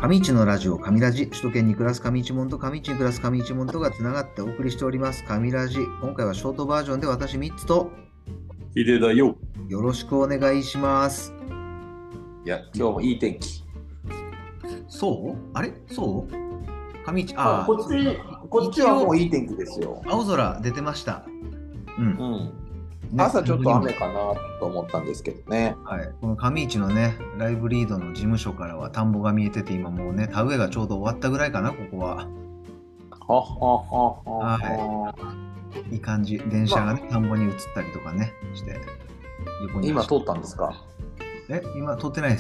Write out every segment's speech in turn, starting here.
上市のラジオ、上ラジ、首都圏に暮らす上市門と上市に暮らす上市門とがつながってお送りしております。上ラジ、今回はショートバージョンで私3つと、 ヒデだよ。 よろしくお願いします。 いや、今日もいい天気。 そうあれそう上市、 こっちはもういい天気ですよ。 青空出てました。 ね、朝ちょっと雨かなと思ったんですけどね。 はい、この上市のね、ライブリードの事務所からは田んぼが見えてて、今もうね、田植えがちょうど終わったぐらいかな、ここは。いい感じ。電車がね、田んぼに移ったりとかね、して。 今通ったんですか？ 今通ってないです。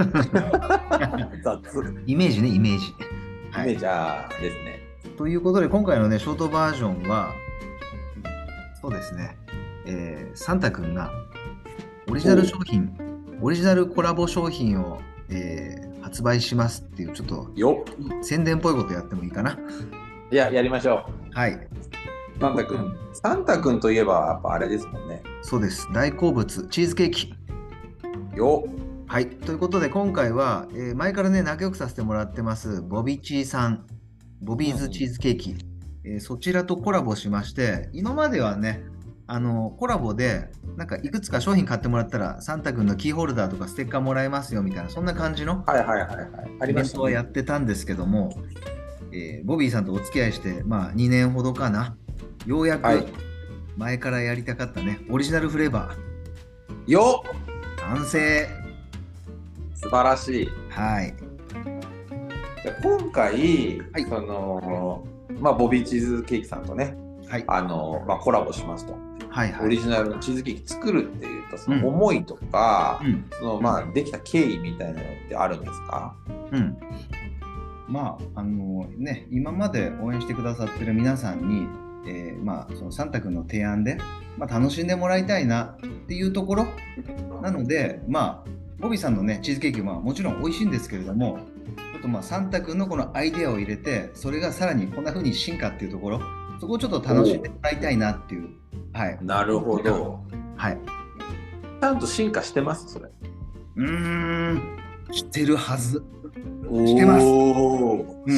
雑。 イメージね、イメージ。 イメージですね。 ということで、今回のね、ショートバージョンは、そうですね、サンタくんがオリジナル商品、オリジナルコラボ商品を、発売しますっていう、ちょっと宣伝っぽいことやってもいいかな。 いや、やりましょう。はい。 サンタくんといえば、やっぱあれですもんね。 そうです。大好物、チーズケーキ。はい。ということで、今回は、前からね、仲良くさせてもらってます、ボビチーさん、ボビーズチーズケーキ。そちらとコラボしまして、今まではね、コラボで、なんかいくつか商品買ってもらったら、サンタ君のキーホルダーとかステッカーもらえますよみたいな、そんな感じのイベントをやってたんですけども、ボビーさんとお付き合いして、2年ほどかな。ようやく前からやりたかったね、オリジナルフレーバー。完成。 素晴らしい。 はい。 じゃ今回、ボビーチーズケーキさんとね、コラボしますと。オリジナルのチーズケーキ作るっていうと、その思いとか、できた経緯みたいなのってあるんですか？ 今まで応援してくださってる皆さんに、そのサンタ君の提案で、楽しんでもらいたいなっていうところなので、ボビーさんのね、チーズケーキはもちろん美味しいんですけれども、ちょっとサンタ君のこのアイデアを入れて、それがさらにこんな風に進化っていうところ、そこをちょっと楽しんでもらいたいなっていう。 なるほど。 はい。 ちゃんと進化してます、それ。 してるはず。してます。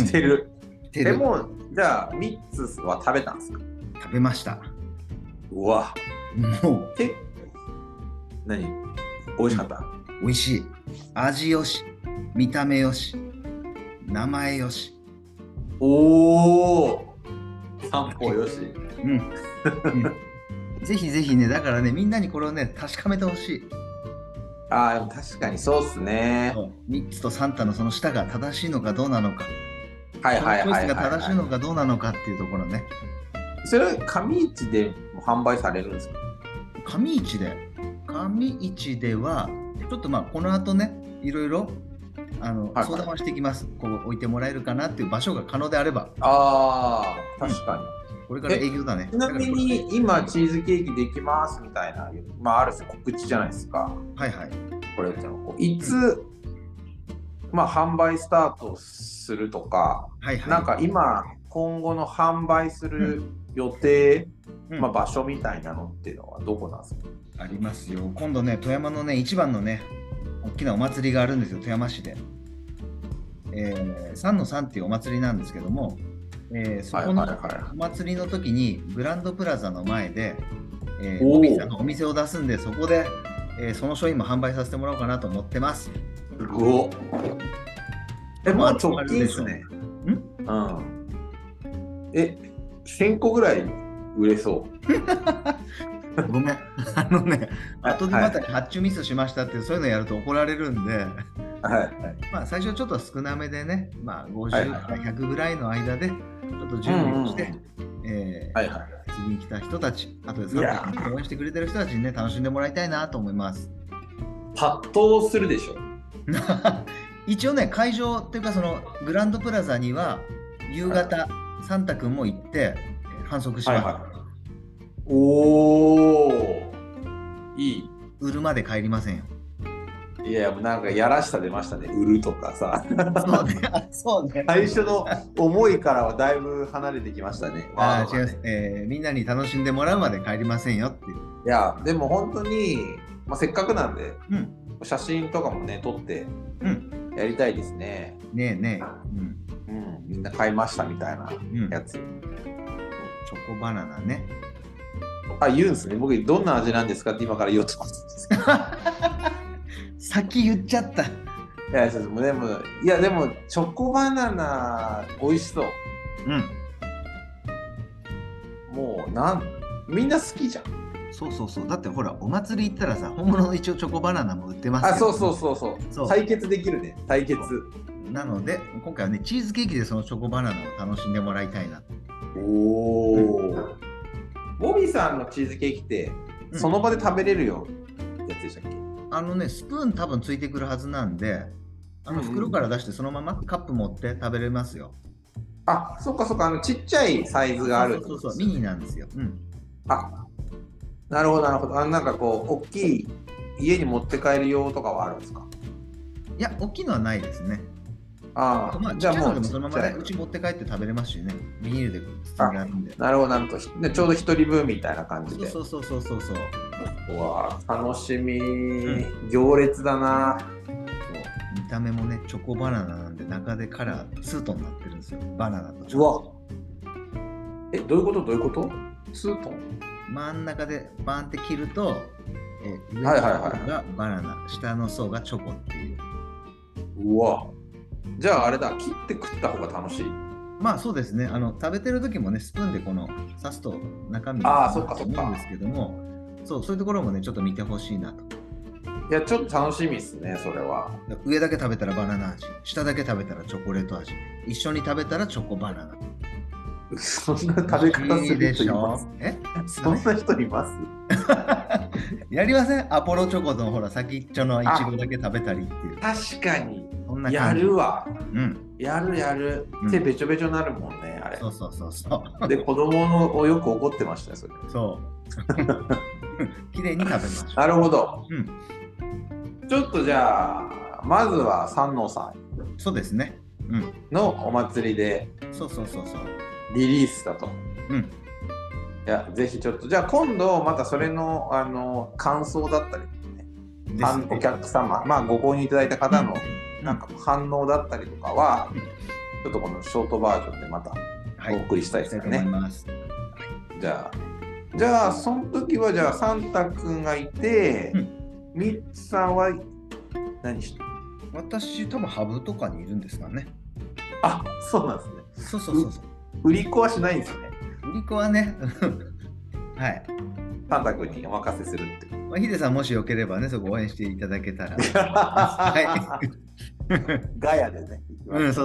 してる。でも、じゃあ、3つは食べたんですか？ 食べました。 うわ。 もう。 何？美味しかった？ 美味しい。味よし、見た目よし、名前よし。 散歩よし。 ぜひぜひね、だからね、みんなにこれをね、確かめてほしい。 確かにそうっすね。 3つとサンタのその舌が正しいのかどうなのか。チョイスが正しいのかどうなのかっていうところね。 それは上市で販売されるんですか？ 上市では、ちょっとこの後ね、いろいろ相談はしていきます。こう置いてもらえるかなっていう場所が可能であれば。 確かに。 これから営業だね。 ちなみに今チーズケーキできますみたいな、ある種告知じゃないですか。これっていつ、販売スタートするとか、なんか今後の販売する予定、場所みたいなのっていうのはどこなんですか？ ありますよ。今度ね、富山のね、一番のね、大きなお祭りがあるんですよ、富山市で。3の3っていうお祭りなんですけども、そこのお祭りの時にグランドプラザの前で、ボビーさんのお店を出すんで、そこで、その商品も販売させてもらおうかなと思ってます。 もう直近ですね。1000個ぐらい売れそう。 ごめん。後でまた発注ミスしましたってそういうのやると怒られるんで、最初ちょっと少なめでね、50から100ぐらいの間でちょっと準備をして、次に来た人たち、あとでサンタ応援してくれてる人たちにね、楽しんでもらいたいなと思います。 殺到するでしょ。 一応ね、会場っていうかそのグランドプラザには夕方、サンタ君も行って反則します。 いい。 売るまで帰りませんよ。 いや、なんかやらしさ出ましたね。売るとかさ。 そうね。 最初の思いからはだいぶ離れてきましたね。 違います。みんなに楽しんでもらうまで帰りませんよっていう。 いや、でも本当に、せっかくなんで、写真とかもね、撮って、 やりたいですね。 ねえねえ。みんな買いましたみたいなやつ。チョコバナナね。 言うんですね。僕、どんな味なんですかって今から言おうと思ってます。 先言っちゃった。 でも、チョコバナナ、美味しそう。もう、みんな好きじゃん。 そう。だってほら、お祭り行ったらさ、本物の一応チョコバナナも売ってますけど、 そう。対決できるね。対決。 なので、今回はね、チーズケーキでそのチョコバナナを楽しんでもらいたいな。 ボビーさんのチーズケーキって、その場で食べれるよやつでしたっけ？ スプーン多分ついてくるはずなんで、袋から出してそのままカップ持って食べれますよ。 そっか、ちっちゃいサイズがある。 そう、ミニなんですよ。 なるほど。なんかこう、大きい家に持って帰る用とかはあるんですか？ いや、大きいのはないですね。 じゃあもうそのままうち持って帰って食べれますしね。ビニールで包んであるんで。 なるほど。ちょうど一人分みたいな感じで。 そう。 うわ、楽しみ、行列だな。 見た目もね、チョコバナナなんで、中でカラーツートンになってるんですよ。バナナとチョコ。 どういうことツートン？ 真ん中でバンって切ると、上の層がバナナ、下の層がチョコっていう。 うわ。じゃああれだ、切って食った方が楽しい。 そうですね。食べてる時もね、スプーンで刺すと中身がそうか思うんですけども、そういうところもね、ちょっと見てほしいなと。 いや、ちょっと楽しみですね、それは。 上だけ食べたらバナナ味、下だけ食べたらチョコレート味、一緒に食べたらチョコバナナ。 そんな食べ方する人います？そんな人います？ やりません？アポロチョコのほら先っちょのイチゴだけ食べたりっていう。 確かに。やるわ。やる。手べちょべちょになるもんね、あれ。 そう。 で、子供のよく怒ってましたよ、それ。 そう。きれいに食べましょう。 なるほど。ちょっとじゃあ、まずは山王さん。 そうですね。 のお祭りで。 そう。 リリースだと。いや、ぜひちょっと、じゃあ今度またそれの、感想だったりね、お客様、ご購入いただいた方のなんか反応だったりとかは、ちょっとこのショートバージョンでまたお送りしたいですかね。じゃあその時はじゃあサンタ君がいて、ミッツさんは何してる？ 私多分ハブとかにいるんですかね。 そうなんですね。 そう。 売り子はしないんですね。 売り子はね、はい。 サンタ君にお任せするって。 ヒデさんもしよければね、そこ応援していただけたら。 ガヤでね。 そう。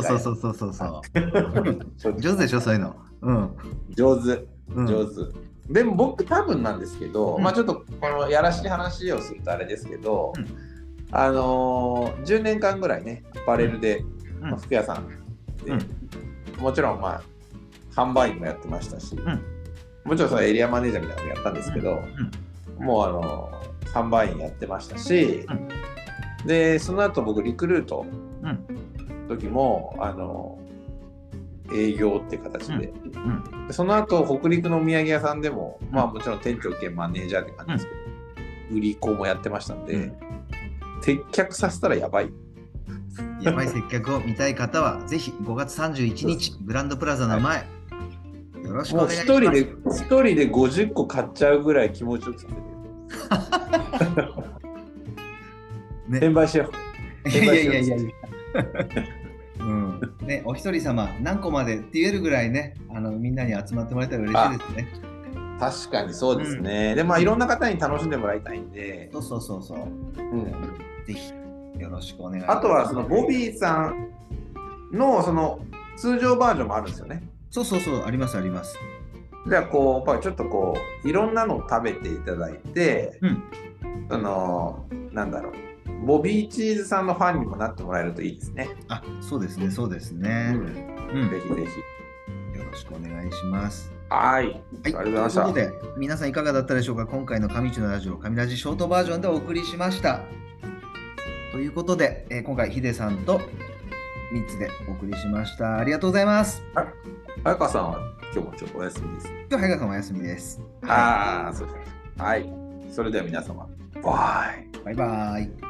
上手でしょ、そういうの。 上手。でも僕多分なんですけど、ちょっとこのやらしい話をするとあれですけど、10年間ぐらいね、アパレルで、服屋さんで、もちろん販売員もやってましたし、もちろんそのエリアマネージャーみたいなのもやったんですけど、もう販売員やってましたし、でその後僕リクルートの時も営業っていう形で、でその後北陸のお土産屋さんでも、もちろん店長兼マネージャーって感じですけど、売り子もやってましたんで、接客させたらやばい接客を見たい方はぜひ5月31日グランドプラザの前、よろしくお願いします。もう一人で50個買っちゃうぐらい気持ちよくさせてる。転売しよう。 いや。ね、お一人様何個までって言えるぐらいね、みんなに集まってもらえたら嬉しいですね。 確かにそうですね。でいろんな方に楽しんでもらいたいんで。 そう。ぜひよろしくお願いします。 あとはそのボビーさんのその通常バージョンもあるんですよね。 そうあります。 じゃあやっぱりちょっといろんなのを食べていただいて、なんだろう、ボビーチーズさんのファンにもなってもらえるといいですね。 そうですね。ぜひよろしくお願いします。 はい、ありがとうございました。 ということで皆さんいかがだったでしょうか。今回の上市のラジオ、上ラジショートバージョンでお送りしました。ということで、今回ヒデさんと3つでお送りしました。ありがとうございます。 早川さんは今日もちょっとお休みです。 今日早川さんお休みです。 そうです。はい。それでは皆様、バイバイ。